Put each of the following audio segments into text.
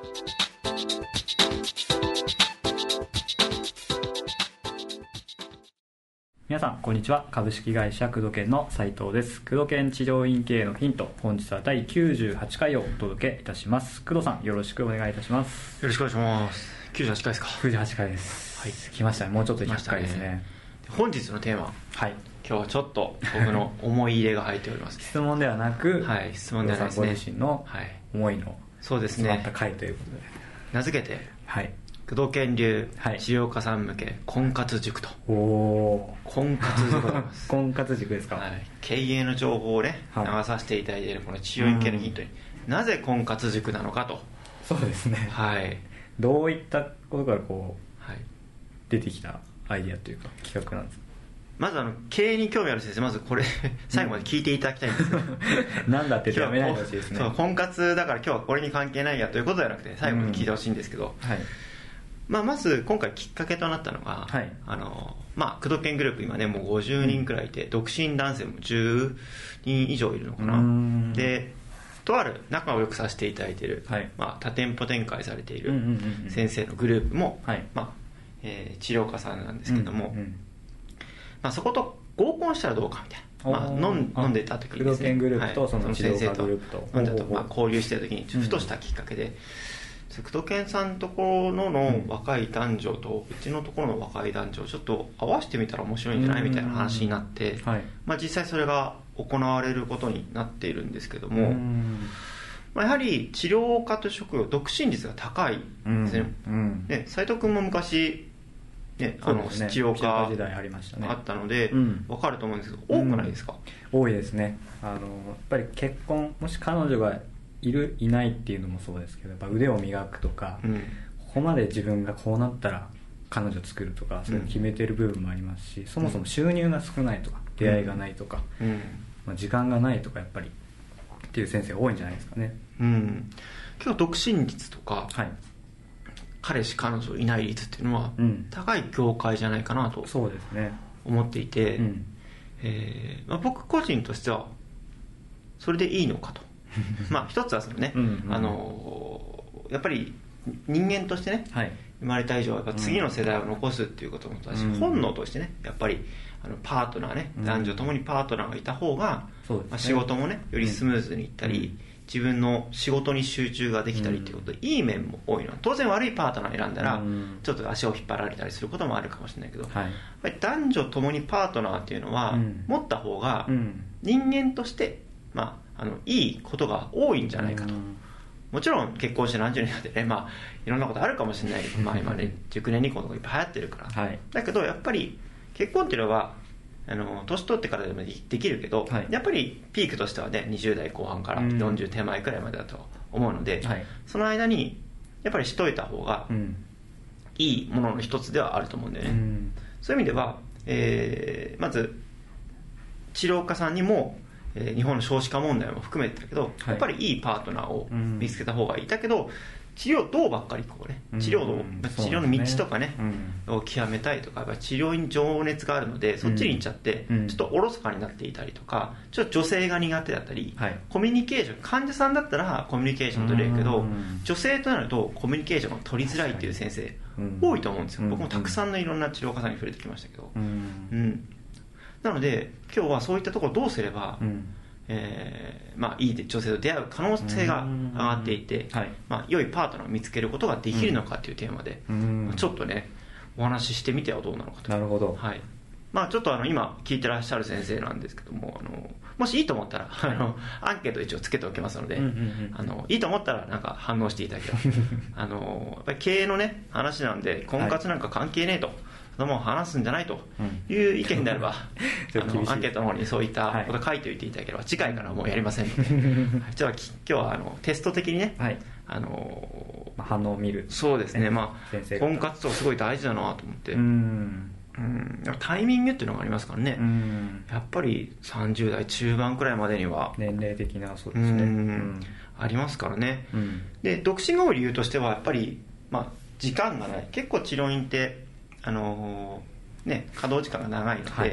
皆さんこんにちは。株式会社工藤研の斉藤です。工藤研治療院経営のヒント、本日は第98回をお届けいたします。工藤さん、よろしくお願いいたします。 よろしくお願いします。98回ですか。 98回です、はい、来ましたね。もうちょっとで100回ですね。 本日のテーマ、 はい、 今日はちょっと僕の思い入れが入っております、 質問ではなく、 はい、質問ではないですね。 ご自身の思いの詰まった回ということで、 名付けて、 はい、 工藤研流はい、 治療家さん向け婚活塾と。 おー、 婚活塾でございます婚活塾ですか。 はい、経営の情報をね、流させていただいているこの治療院系のヒントに、なぜ婚活塾なのかと。 そうですね、 はい、 どういったことからこう、 はい、 出てきたアイディアというか企画なんですか。 まず経営に興味ある先生、まずこれ最後まで聞いていただきたいんですけど、 なんだってやめないでほしいですね。 そう、婚活だから今日はこれに関係ないやということではなくて、最後まで聞いてほしいんですけど、 はい、 まず今回きっかけとなったのが、 はい、 工藤研グループ今ねもう50人くらいいて、独身男性も10人以上いるのかな。で、とある仲を良くさせていただいている、はい、多店舗展開されている先生のグループも、はい、治療家さんなんですけども、そこと合コンしたらどうかみたいな、飲んでた時にですね、 工藤研グループとその治療家グループと飲んでたと、交流してる時にふとしたきっかけで、工藤研さんのところの若い男女とうちのところの若い男女をちょっと合わせてみたら面白いんじゃないみたいな話になって、はい、実際それが行われることになっているんですけども、やはり治療家と職業独身率が高いですね。斉藤君も昔ね、治療家時代ありましたね。 あったので、分かると思うんですけど、多くないですか。 多いですね。やっぱり結婚、もし彼女がいるいないっていうのもそうですけど、やっぱ腕を磨くとか、ここまで自分がこうなったら彼女作るとか、そういうの決めてる部分もありますし、そもそも収入が少ないとか、出会いがないとか、時間がないとか、やっぱりっていう先生が多いんじゃないですかね。 結構独身率とか、はい、彼氏彼女いない率っていうのは高い業界じゃないかなと思っていて、僕個人としてはそれでいいのかと。一つはそのね、やっぱり人間としてね、はい、生まれた以上やっぱ次の世代を残すっていうこともそうだし、本能としてね、やっぱりパートナーね、男女ともにパートナーがいた方が、仕事もねよりスムーズにいったり、自分の仕事に集中ができたりということで、いい面も多いのは当然、悪いパートナーを選んだらちょっと足を引っ張られたりすることもあるかもしれないけど、やっぱり男女ともにパートナーっていうのは持った方が人間としていいことが多いんじゃないかと。もちろん結婚して何十年になってね、いろんなことあるかもしれないけど、今ね熟年離婚とかいっぱい流行ってるから、だけどやっぱり結婚っていうのは年取ってからでもできるけど、やっぱりピークとしてはね20代後半から40手前くらいまでだと思うので、その間にやっぱりしといた方がいいものの一つではあると思うんだよね。そういう意味では、まず治療家さんにも日本の少子化問題も含めてだけど、やっぱりいいパートナーを見つけた方がいい。だけど治療どうばっかりこうね、治療の道とかね、を極めたいとか、やっぱ治療に情熱があるのでそっちに行っちゃって、ちょっとおろそかになっていたりとか、ちょっと女性が苦手だったり、コミュニケーション、患者さんだったらコミュニケーション取れるけど、女性となるとコミュニケーションが取りづらいっていう先生多いと思うんですよ。僕もたくさんのいろんな治療家さんに触れてきましたけど、なので今日はそういったところをどうすれば、いい女性と出会う可能性が上がっていて、良いパートナーを見つけることができるのかというテーマで、ちょっとねお話ししてみてはどうなのかと。 なるほど。 ちょっと今聞いてらっしゃる先生なんですけども、もしいいと思ったらアンケート一応つけておきますので、いいと思ったらなんか反応していただければやっぱり経営のね話なんで婚活なんか関係ねえと、もう話すんじゃないという意見であれば、アンケートの方にそういったこと書いておいていただければ、次回からはもうやりませんので今日はテスト的にね、 反応を見る。 そうですね、婚活とすごい大事だなと思って、タイミングっていうのがありますからね、やっぱり30代中盤くらいまでには年齢的なそうですね、 ありますからね。で独身が多い理由としてはやっぱり、時間がない。結構治療院って稼働時間が長いので、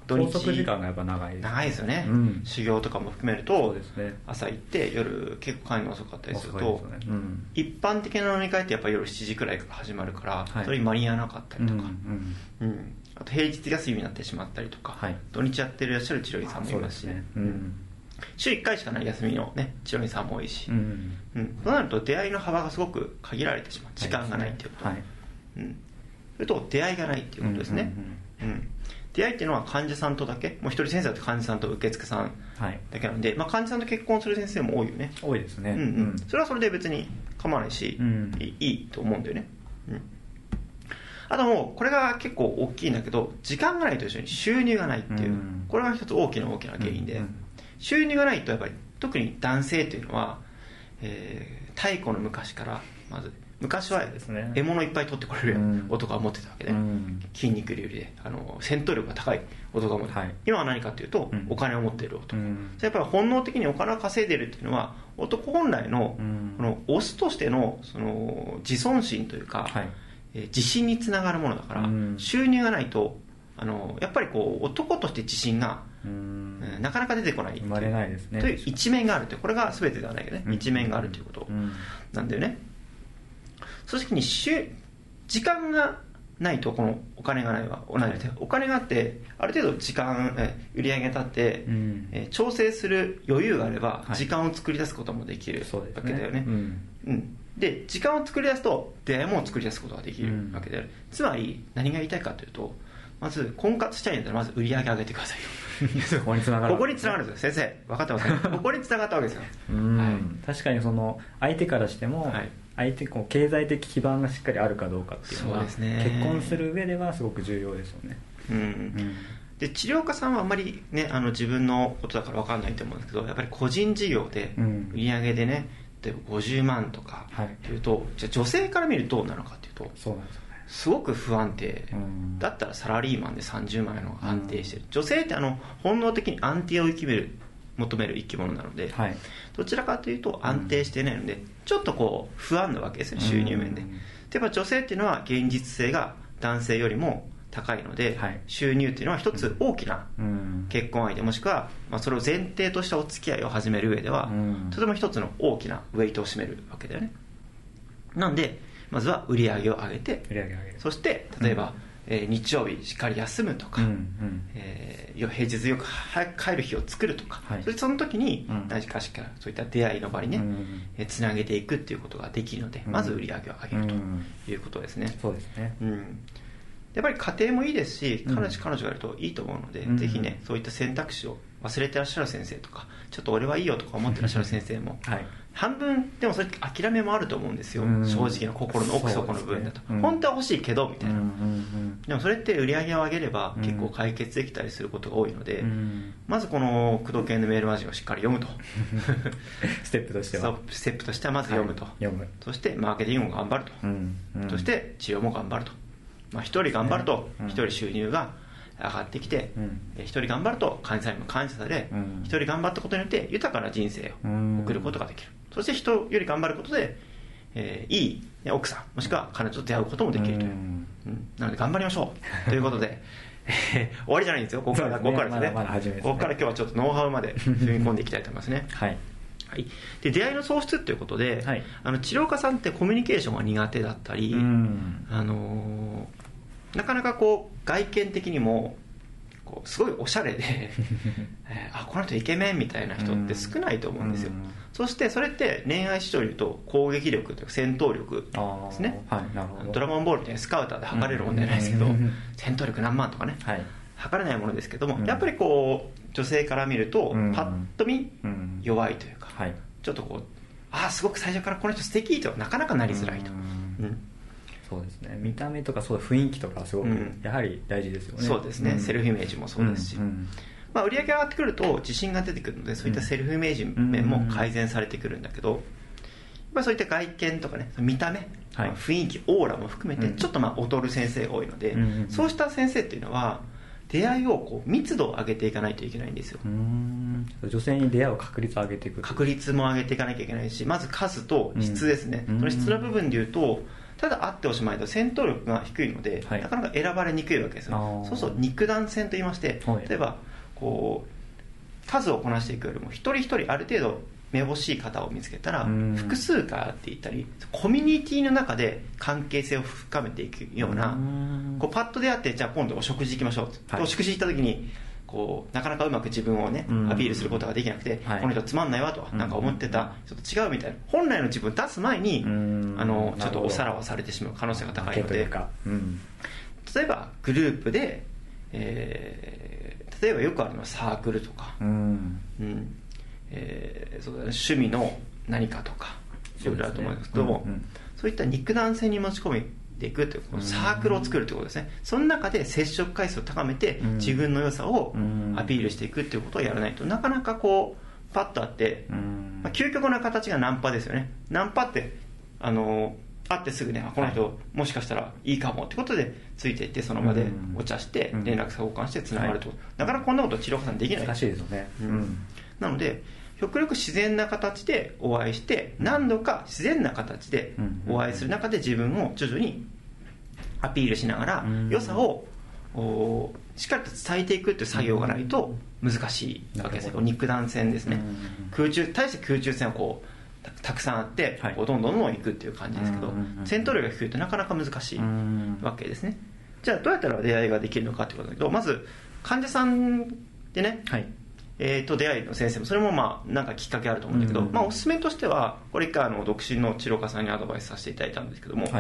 土日拘束時間がやっぱ長いです、ね、 長いですよね、修行とかも含めると、そうですね、朝行って夜結構帰るの遅かったりすると、一般的な飲み会ってやっぱ夜7時くらいから始まるから、それに間に合わなかったりとか、あと平日休みになってしまったりとか、土日やってらっしゃる治療院さんもいますしね、週1回しかない休みの、ね、治療院さんも多いし、そうなると出会いの幅がすごく限られてしまう、時間がないっていうこと、それと出会いがないっていうことですね、出会いっていうのは患者さんとだけ、もう一人先生だって患者さんと受付さんだけなんで、患者さんと結婚する先生も多いよね。 多いですね、 それはそれで別に構わないし、いいと思うんだよね、あともうこれが結構大きいんだけど、時間がないと一緒に収入がないっていう、これが一つ大きな原因で、収入がないとやっぱり特に男性というのは、太古の昔からまず昔は獲物いっぱい取ってこれる男が持ってたわけで、筋肉隆々で戦闘力が高い男が持ってた、今は何かというと、お金を持っている男、やっぱり本能的にお金を稼いでいるっていうのは男本来のこのオスとしてのその自尊心というか、自信につながるものだから、収入がないとやっぱりこう男として自信がなかなか出てこない生まれないですねという一面があるという、これが全てではないけどね、一面があるということなんだよね。その時に時間がないとこのお金がないは同じで、お金があってある程度時間売り上げが立って、調整する余裕があれば時間を作り出すこともできるわけだよね。で時間を作り出すと出会いも作り出すことができるわけである。つまり何が言いたいかというと、まず婚活したいんだったらまず売り上げ上げてくださいとここにつながる、 ここにつながるんですよ。先生分かってますかここにつながったわけですよ。 確かにその相手からしても、相手こう経済的基盤がしっかりあるかどうかっていうのは、結婚する上ではすごく重要ですよね。で治療家さんはあんまりね、自分のことだから分かんないと思うんですけど、やっぱり個人事業で売り上げでね、例えば50万とかっていうと、じゃあ女性から見るとどうなのかっていうと、 そうなんですよね、 すごく不安定、だったらサラリーマンで30万円の方が安定してる。女性って本能的に安定を求める生き物なので、どちらかというと安定していないので、ちょっとこう不安なわけですね、収入面で。やっぱ女性っていうのは現実性が男性よりも高いので、収入っていうのは一つ大きな結婚相手、もしくはそれを前提としたお付き合いを始める上では、とても一つの大きなウェイトを占めるわけだよね。なんでまずは売り上げを上げて、そして例えば、日曜日しっかり休むとか、平日よく早く帰る日を作るとか、その時に何かしらそういった出会いの場にね、つなげていくっていうことができるので、まず売り上げを上げるということですね。 そうですね。 やっぱり家庭もいいですし、彼女がいるといいと思うので、ぜひね、そういった選択肢を忘れてらっしゃる先生とか、ちょっと俺はいいよとか思ってらっしゃる先生も、半分でもそれ諦めもあると思うんですよ、正直な心の奥底の部分だと、本当は欲しいけどみたいな、でもそれって売り上げを上げれば結構解決できたりすることが多いので、まずこの工藤系のメールマガジンをしっかり読むとステップとしてはまず読むと、そしてマーケティングも頑張ると、そして治療も頑張ると、一人頑張ると一人収入が上がってきて、一人頑張ると患者さんにも感謝され、一人頑張ったことによって豊かな人生を送ることができる。そして人より頑張ることで、いい奥さんもしくは彼女と出会うこともできるという、なので頑張りましょうということで終わりじゃないんですよ、ここからですね。ここから今日はちょっとノウハウまで踏み込んでいきたいと思いますね。で出会いの喪失ということで、治療家さんってコミュニケーションが苦手だったり、なかなかこう外見的にもこうすごいおしゃれでこの人イケメンみたいな人って少ないと思うんですよ。そしてそれって恋愛市場でいうと攻撃力というか戦闘力ですね。ドラゴンボールみたいにスカウターで測れるもんじゃないですけど、戦闘力何万とかね、測れないものですけども、やっぱりこう女性から見るとパッと見弱いというか、ちょっとこうすごく最初からこの人素敵とはなかなかなりづらいと。 そうですね、見た目とかそう雰囲気とかすごくやはり大事ですよね。 そうですね、セルフイメージもそうですし、売り上げが上がってくると自信が出てくるので、そういったセルフイメージ面も改善されてくるんだけど、そういった外見とかね、見た目、雰囲気オーラも含めてちょっと劣る先生が多いので、そうした先生っていうのは出会いをこう密度を上げていかないといけないんですよ。 女性に出会う確率を上げていく、 確率も上げていかなきゃいけないし、まず数と質ですね。その質の部分でいうと、 ただ会っておしまいと戦闘力が低いので、なかなか選ばれにくいわけですよ。そうすると肉弾戦といいまして、例えばこう数をこなしていくよりも一人一人ある程度めぼしい方を見つけたら複数回会っていったり、コミュニティの中で関係性を深めていくような、こうパッと出会って、じゃあ今度お食事行きましょう、お食事行った時にこうなかなかうまく自分をねアピールすることができなくて、この人つまんないわとなんか思ってた、ちょっと違うみたいな、本来の自分を出す前にちょっとおさらわされてしまう可能性が高いので、例えばグループで、例えばよくあるのはサークルとか、そうだね、趣味の何かとかいろいろあると思うんですけども、そういった肉弾戦に持ち込めていくというこのサークルを作るということですね。その中で接触回数を高めて自分の良さをアピールしていくということをやらないと、なかなかこうパッとあって、究極な形がナンパですよね。ナンパって会ってすぐね、この人もしかしたらいいかもってことでついていって、その場でお茶して連絡交換してつながると、なかなかこんなこと治療家さんできない。 難しいですよね。 なので極力自然な形でお会いして、何度か自然な形でお会いする中で自分を徐々にアピールしながら良さをしっかりと伝えていくっていう作業がないと難しいわけですよ。肉弾戦ですね。対して空中戦はこうたくさんあって、こうどんどん行くっていう感じですけど、戦闘力が低いとなかなか難しいわけですね。じゃあどうやったら出会いができるのかってことだけど、まず患者さんでね、と出会いの先生もそれもなんかきっかけあると思うんだけど、おすすめとしてはこれ一回独身の治療家さんにアドバイスさせていただいたんですけども、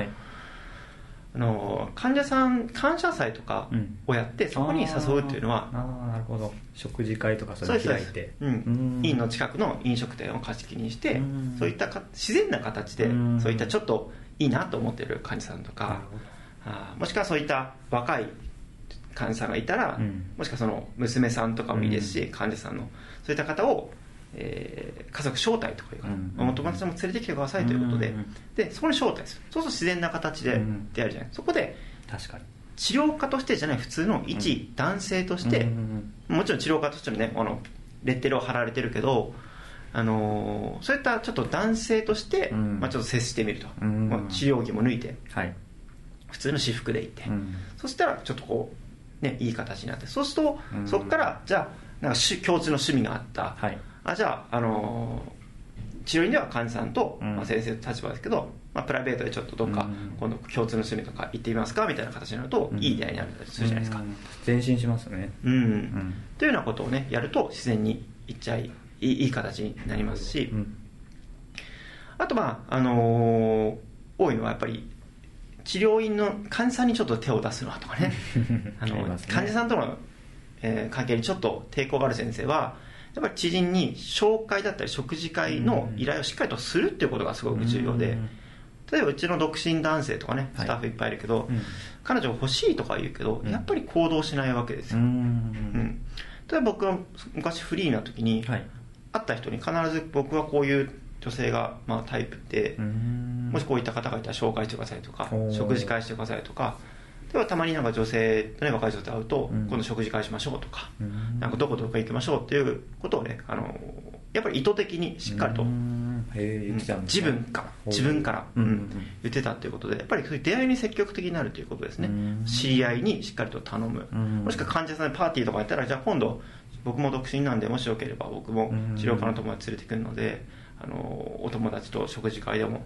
患者さん感謝祭とかをやって、そこに誘うっていうのは、 なるほど、食事会とかそれを開いて、 院の近くの飲食店を貸し切りにして、そういった自然な形でそういったちょっといいなと思ってる患者さんとか、もしくはそういった若い患者さんがいたら、もしくはその娘さんとかもいいですし、患者さんのそういった方を、家族招待とかいうか、お友達も連れてきてくださいということで、そこに招待する。そうすると自然な形で出会えるじゃない。そこで確かに治療家としてじゃない普通の一男性として、もちろん治療家としてのねレッテルを貼られてるけど、そういったちょっと男性として、ちょっと接してみると、治療着も抜いて、普通の私服で行って、そしたらちょっとこうねいい形になって、そうすると、そこからじゃあなんか共通の趣味があった、じゃあ、治療院では患者さんと、先生の立場ですけど、プライベートでちょっとどっか、今度共通の趣味とか行ってみますかみたいな形になると、いい出会いになるするじゃないですか。 前進しますね。 というようなことをねやると自然にいっちゃいい形になりますし、あと多いのはやっぱり治療院の患者さんにちょっと手を出すのはとかね患者さんとの、関係にちょっと抵抗がある先生はやっぱり知人に紹介だったり食事会の依頼をしっかりとするっていうことがすごく重要で、例えばうちの独身男性とかねスタッフいっぱいいるけど、彼女欲しいとか言うけどやっぱり行動しないわけですよ。例えば僕は昔フリーな時に会った人に必ず僕はこういう女性がタイプで、もしこういった方がいたら紹介してくださいとか、食事会してくださいとか、例えばたまになんか女性とね若い人と会うと、今度食事会しましょうとか、なんかどこどこ行きましょうっていうことをねやっぱり意図的にしっかりと自分から言ってたということで、やっぱりそういう出会いに積極的になるということですね。知り合いにしっかりと頼む、もしくは患者さんでパーティーとかやったら、じゃあ今度僕も独身なんでもしよければ僕も治療科の友達連れてくるので、お友達と食事会でも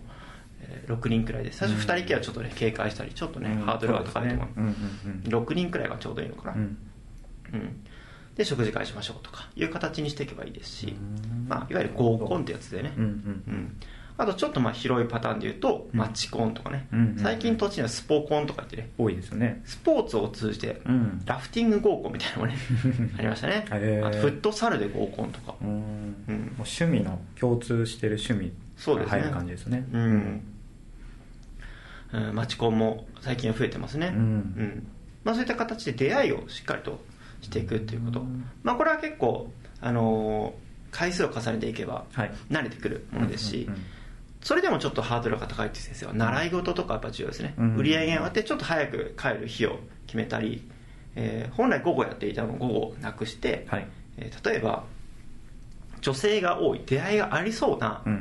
6人くらいで、最初2人きりはちょっとね警戒したりちょっとねハードルが高いと思う、6人くらいがちょうどいいのかな、で食事会しましょうとかいう形にしていけばいいですし、いわゆる合コンってやつでね、あとちょっと広いパターンで言うとマッチコンとかね、最近土地にはスポコンとか言ってね多いですよね。 スポーツを通じてラフティング合コンみたいなのもねありましたね。あとフットサルで合コンとか、もう趣味の共通してる趣味が入る感じですね。 マチコンも最近は増えてますね。そういった形で出会いをしっかりとしていくっていうこと、これは結構回数を重ねていけば慣れてくるものですし、それでもちょっとハードルが高いっていう先生は習い事とかやっぱ重要ですね。売り上げが上がってちょっと早く帰る日を決めたり、本来午後やっていたのを午後なくして、例えば女性が多い出会いがありそうな、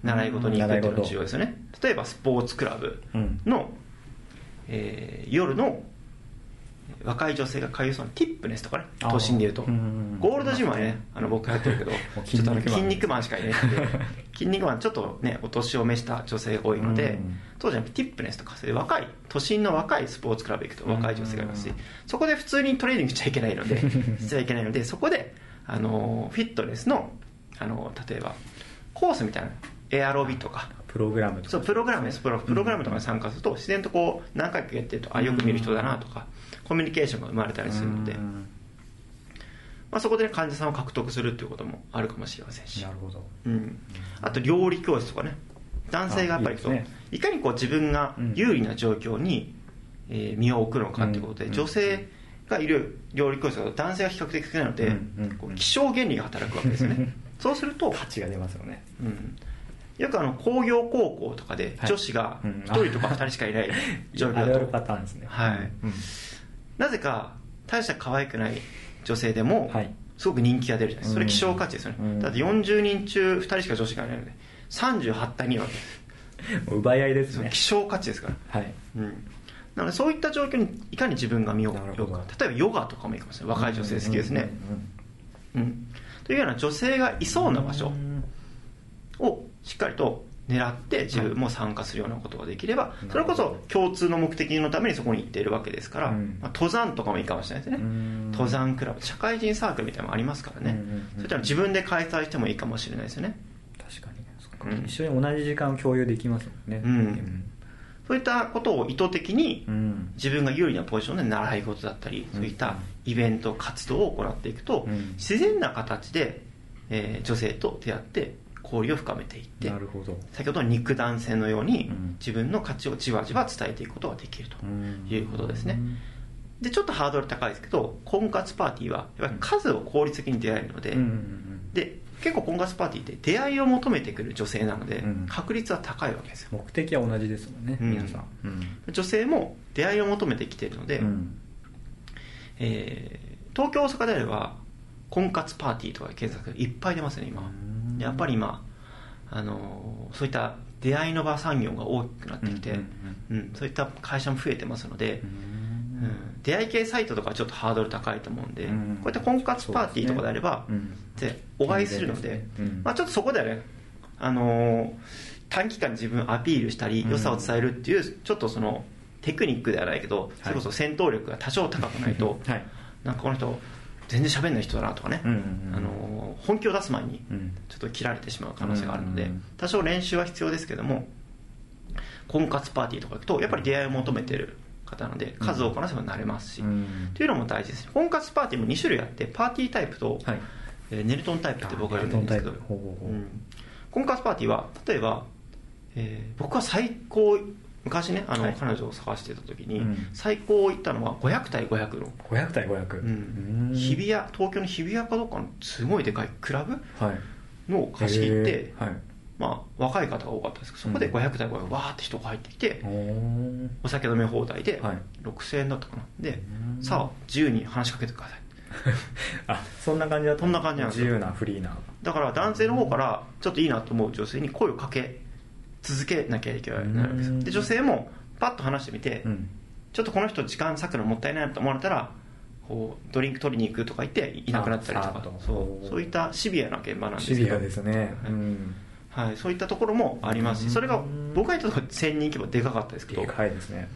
習い事に行くっていうのが重要ですよね。例えばスポーツクラブの、夜の若い女性が通うそのティップネスとかね、都心でいうとゴールドジムはね、僕やってるけどちょっと筋肉マンしかいないんで筋肉マンちょっとねお年を召した女性が多いので、当時はティップネスとかそういう若い都心の若いスポーツクラブ行くと若い女性がいますし、そこで普通にトレーニングしちゃいけないのでそこでフィットネスの例えばコースみたいなエアロビとかプログラムとか、 そうプログラムとかに参加すると自然とこう何回かやってるとよく見る人だなとかコミュニケーションが生まれたりするので、そこで、ね、患者さんを獲得するっていうこともあるかもしれませんし、 なるほど、 あと料理教室とかね、男性がやっぱりいかにこう自分が有利な状況に、身を置くのかということで、女性がいる料理教室だと男性が比較的少ないので、気象原理が働くわけですよねそうすると価値が出ますよね、 よく工業高校とかで女子が1人とか2人しかいない状況だとあるあるパターンですね、 なぜか大した可愛くない女性でもすごく人気が出るじゃないですか。それ希少価値ですよね、だって40人中2人しか女子がいないので38対2は奪い合いですね。 希少価値ですから、なのでそういった状況にいかに自分が身を置くか、例えばヨガとかもいいかもしれない。若い女性好きですね、というような女性がいそうな場所をしっかりと狙って自分も参加するようなことができれば、それこそ共通の目的のためにそこに行っているわけですから、登山とかもいいかもしれないですね。登山クラブ、社会人サークルみたいなのもありますからね、そういったの自分で開催してもいいかもしれないですよね。 確かに、一緒に同じ時間を共有できますもんね、 そういったことを意図的に自分が有利なポジションで習い事だったり、そういったイベント活動を行っていくと、自然な形で、女性と出会って交流を深めていって、 なるほど、 先ほどの肉弾戦のように自分の価値をじわじわ伝えていくことができるということですね。でちょっとハードル高いですけど、婚活パーティーはやっぱり数を効率的に出会えるので、で結構婚活パーティーって出会いを求めてくる女性なので、確率は高いわけですよ。 目的は同じですもんね、皆さん、 女性も出会いを求めてきているので、東京大阪であれば婚活パーティーとかで検索いっぱい出ますね今。やっぱり今そういった出会いの場産業が大きくなってきて、そういった会社も増えてますので、出会い系サイトとかはちょっとハードル高いと思うんで、こういった婚活パーティーとかであれば、お会いするので、ちょっとそこではね、短期間に自分をアピールしたり良さを伝えるっていうちょっとそのテクニックではないけど、それこそ戦闘力が多少高くないと、なんかこの人全然喋んない人だなとかね、本気を出す前にちょっと切られてしまう可能性があるので、多少練習は必要ですけども、婚活パーティーとか行くとやっぱり出会いを求めてる方なので、数をこなせばなれますし、というのも大事です。婚活パーティーも2種類あって、パーティータイプと、ネルトンタイプって僕は呼んでるんですけど、婚活パーティーは例えば、僕は最高昔ね彼女を探してた時に、最高行ったのは500対500の 500対500、 日比谷、東京の日比谷かどっかのすごいでかいクラブの貸し切って、若い方が多かったですけど、そこで500対500わーって人が入ってきて、お酒飲み放題で6000円だったかな。でさあ自由に話しかけてくださいそんな感じだった。 そんな感じなんですよ。 自由なフリーな。 だから男性の方からちょっといいなと思う女性に声をかけ続けなきゃいけないわけです。で女性もパッと話してみて、ちょっとこの人時間割くのもったいないなと思われたら、こうドリンク取りに行くとか言っていなくなったりとか、そういったシビアな現場なんですけど、 シビアですね、 そういったところもありますし、それが僕が言ったところ1000人規模でかかったですけど、 でかいですね、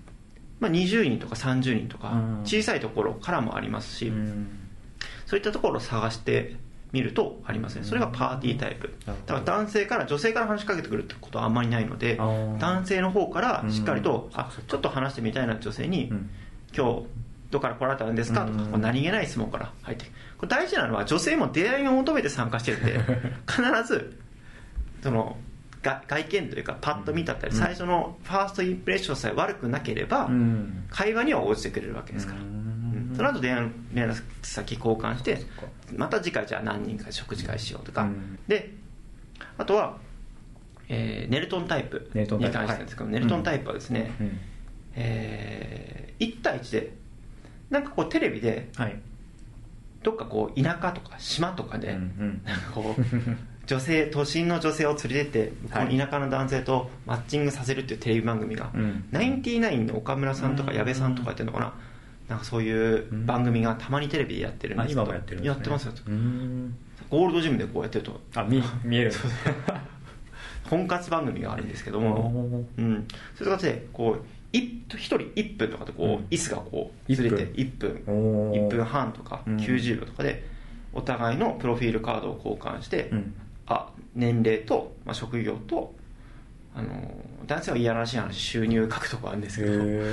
20人とか30人とか小さいところからもありますし、そういったところを探してみるとありますね。それがパーティータイプだから、男性から女性から話しかけてくるってことはあんまりないので、男性の方からしっかりと、ちょっと話してみたいな女性に、今日どこから来られたんですかとか、何気ない質問から入って、これ大事なのは女性も出会いを求めて参加してるんで必ずその外見というかパッと見だったり、最初のファーストインプレッションさえ悪くなければ会話には応じてくれるわけですから、その後連絡先交換して、また次回じゃあ何人か食事会しようとか、であとは、ネルトンタイプに関してなんですけど、ネルトンタイプはですね、1対1でなんかこうテレビで、どっかこう田舎とか島とかで、なんかこう都心の女性を連れてってこの田舎の男性とマッチングさせるっていうテレビ番組が、ナインティナインの岡村さんとか矢部さんとかやってるのかな、なんかそういう番組がたまにテレビでやってるんですけど、 今もやってるんですね。 やってますよ。ゴールドジムでこうやってると見える婚活番組があるんですけども、そういう形でこう1人1分とかでこう椅子がこうずれて1分半とか90秒とかでお互いのプロフィールカードを交換して、年齢と、職業と男性は嫌らしい話収入獲得あるんですけど、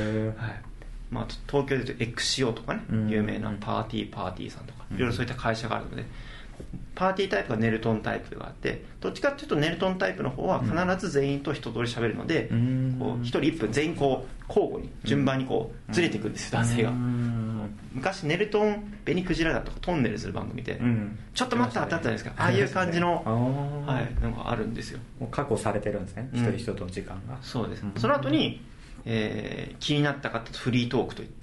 東京でいうと XCO とかね、有名なパーティーさんとかいろいろそういった会社があるので、パーティータイプがネルトンタイプがあって、どっちかっていうとネルトンタイプの方は必ず全員と一通り喋るので、こう1人1分全員こう交互に順番にこうずれていくんですよ、男性が。昔ネルトン紅クジラだとかトンネルする番組で、ちょっと待ったってあったじゃないですか、ああいう感じののがあるんですよ。 もう確保されてるんですね、一人一人の時間が。 そうです。その後に気になった方とフリートークといって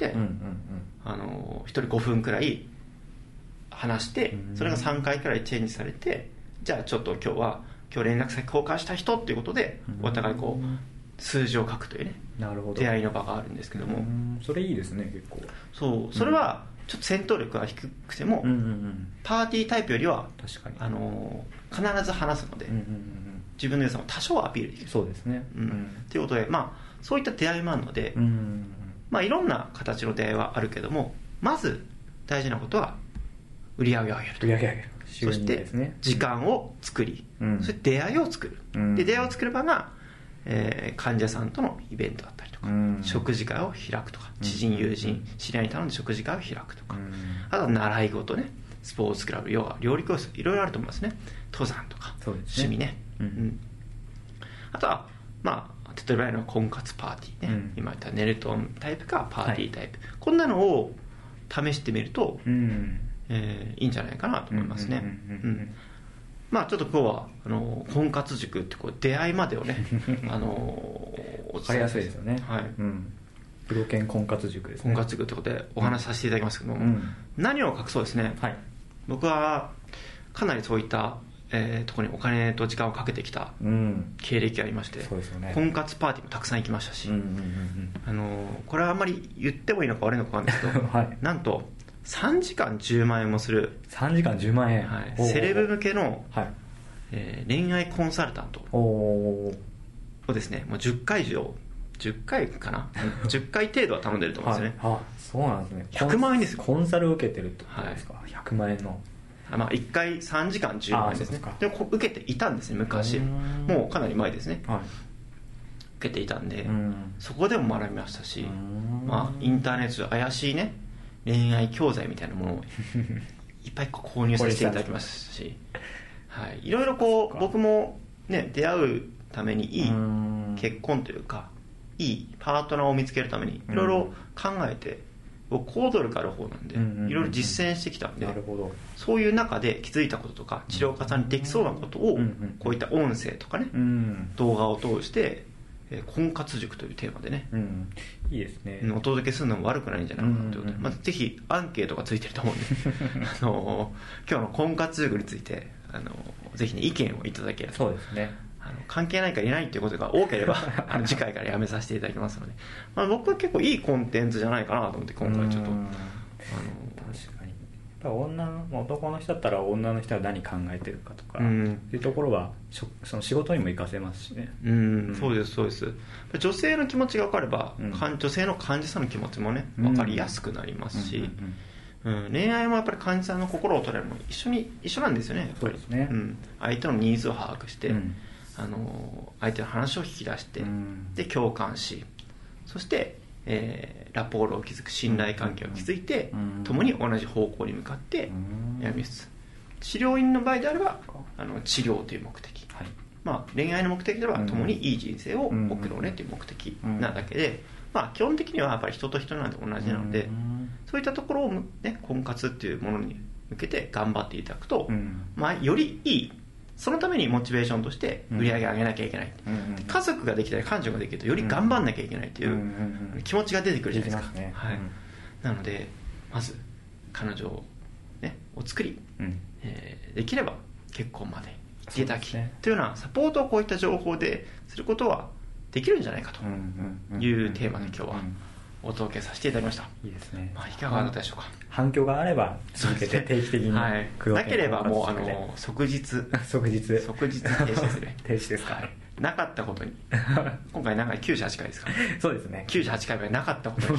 、1人5分くらい話して、それが3回くらいチェンジされて、じゃあちょっと今日連絡先交換した人っていうことでお互いこう数字を書くというね、出会いの場があるんですけども、 それいいですね。結構それはちょっと戦闘力が低くても、パーティータイプよりは確かに必ず話すので、自分の良さも多少アピールできる。 そうですね。 ということで、そういった出会いもあるので、いろんな形の出会いはあるけども、まず大事なことは売り上げを上げると。そして時間を作り、そして出会いを作る、で出会いを作る場が、患者さんとのイベントだったりとか、食事会を開くとか、知人友人知り合いに頼んで食事会を開くとか、あとは習い事ね、スポーツクラブ、ヨガ、料理教室、いろいろあると思いますね。登山とか趣味ね、あとは例えばの婚活パーティーね、今言ったネルトンタイプかパーティータイプ、こんなのを試してみると、いいんじゃないかなと思いますね。ちょっと今日は婚活塾ってこう出会いまでをね分かりやすいですよね。プロ犬婚活塾ですね。 婚活塾ってことでお話しさせていただきますけども、何を隠そうですね、僕はかなりそういったところにお金と時間をかけてきた経歴がありまして、婚活パーティーもたくさん行きましたし、これはあんまり言ってもいいのか悪いのか分かんないですけど、なんと3時間10万円もする 3時間10万円、 セレブ向けの、恋愛コンサルタントをですね、もう10回かな10回程度は頼んでると思うんですよね。 そうなんですね。 100万円ですよ。 コンサルを受けてるってことですか。100万円の 1回3時間10万円ですね。でも受けていたんですね、昔。もうかなり前ですね、受けていたんで、そこでも学びましたし、インターネットで怪しいね恋愛教材みたいなものをいっぱい購入させていただきましたし、いろいろ僕もね、出会うためにいい結婚というかいいパートナーを見つけるためにいろいろ考えて、僕行動力ある方なんでいろいろ実践してきたんで、そういう中で気づいたこととか治療家さんにできそうなことをこういった音声とかね、動画を通して婚活塾というテーマでね、 いいですね、 お届けするのも悪くないんじゃないかなということで、ぜひアンケートがついてると思うんで今日の婚活塾についてぜひ、意見をいただければ。 そうですね、 関係ないからいないということが多ければ次回からやめさせていただきますので、僕は結構いいコンテンツじゃないかなと思って今回ちょっと確かに男の人だったら女の人は何考えてるかとか、いうところはその仕事にも活かせますしね。 そうですそうです。女性の気持ちが分かれば、女性の患者さんの気持ちもね分かりやすくなりますし、恋愛もやっぱり患者さんの心を取れるのも一緒なんですよね、やっぱり。 そうですね、 相手のニーズを把握して、相手の話を引き出して、で共感し、そしてラポールを築く、信頼関係を築いて、共に同じ方向に向かって歩み進む。治療院の場合であれば治療という目的、恋愛の目的では共にいい人生を送ろうねという目的なだけで、基本的にはやっぱり人と人なんで同じなので、そういったところを、ね、婚活っていうものに向けて頑張っていただくと、よりいい、そのためにモチベーションとして売り上げ上げなきゃいけない、家族ができたり彼女ができるとより頑張んなきゃいけないという気持ちが出てくるじゃないですか。なのでまず彼女を、を作り、できれば結婚まで自衛隊機というようなサポートをこういった情報ですることはできるんじゃないかというテーマで今日はお届けさせていただきました。 いいですね。 いかがだったでしょうか。 反響があれば続けて定期的に、 はい、なければもう即日停止ですね。 停止ですか。 なかったことに今回98回ですか。 そうですね。 98回までなかったことに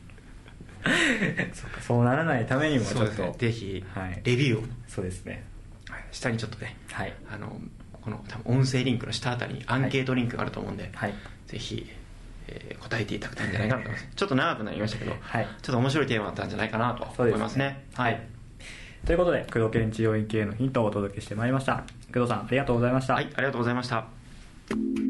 そうならないためにもちょっとぜひレビューを、 そうですね、 下にちょっとね、この多分音声リンクの下あたりにアンケートリンクがあると思うんで、ぜひ答えていただきたいんじゃないかなと思います。ちょっと長くなりましたけど、ちょっと面白いテーマだったんじゃないかなと思いますね。 ということで工藤健治療院系のヒントをお届けしてまいりました。工藤さんありがとうございました。 はい、ありがとうございました。